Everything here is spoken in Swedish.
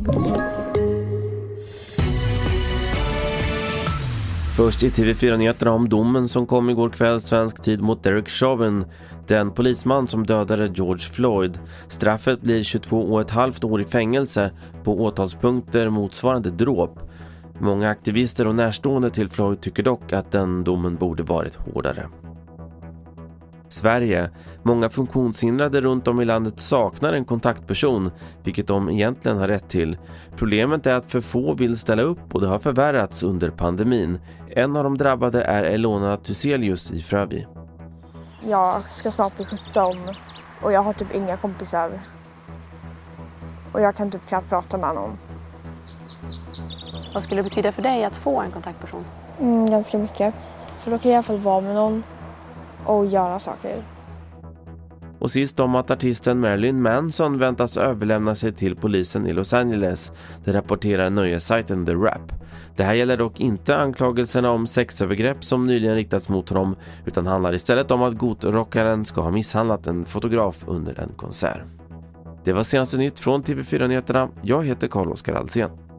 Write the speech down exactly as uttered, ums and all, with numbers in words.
Först i T V fyra-nyheterna om domen som kom igår kväll svensk tid mot Derek Chauvin, den polisman som dödade George Floyd. Straffet blir tjugotvå och ett halvt år i fängelse på åtalspunkter motsvarande dråp. Många aktivister och närstående till Floyd tycker dock att den domen borde varit hårdare. Sverige. Många funktionshindrade runt om i landet saknar en kontaktperson, vilket de egentligen har rätt till. Problemet är att för få vill ställa upp och det har förvärrats under pandemin. En av de drabbade är Elona Thyselius i Frövi. Jag ska snart bli sjutton och jag har typ inga kompisar. Och jag kan typ knappt prata med någon. Vad skulle det betyda för dig att få en kontaktperson? Mm, ganska mycket. För då kan jag i alla fall vara med någon och göra saker. Och sist om att artisten Marilyn Manson väntas överlämna sig till polisen i Los Angeles. Det rapporterar nöjessajten The Wrap. Det här gäller dock inte anklagelserna om sexövergrepp som nyligen riktats mot honom, utan handlar istället om att gotrockaren ska ha misshandlat en fotograf under en konsert. Det var senaste nytt från T V fyra-nyheterna. Jag heter Carl-Oskar Alsen.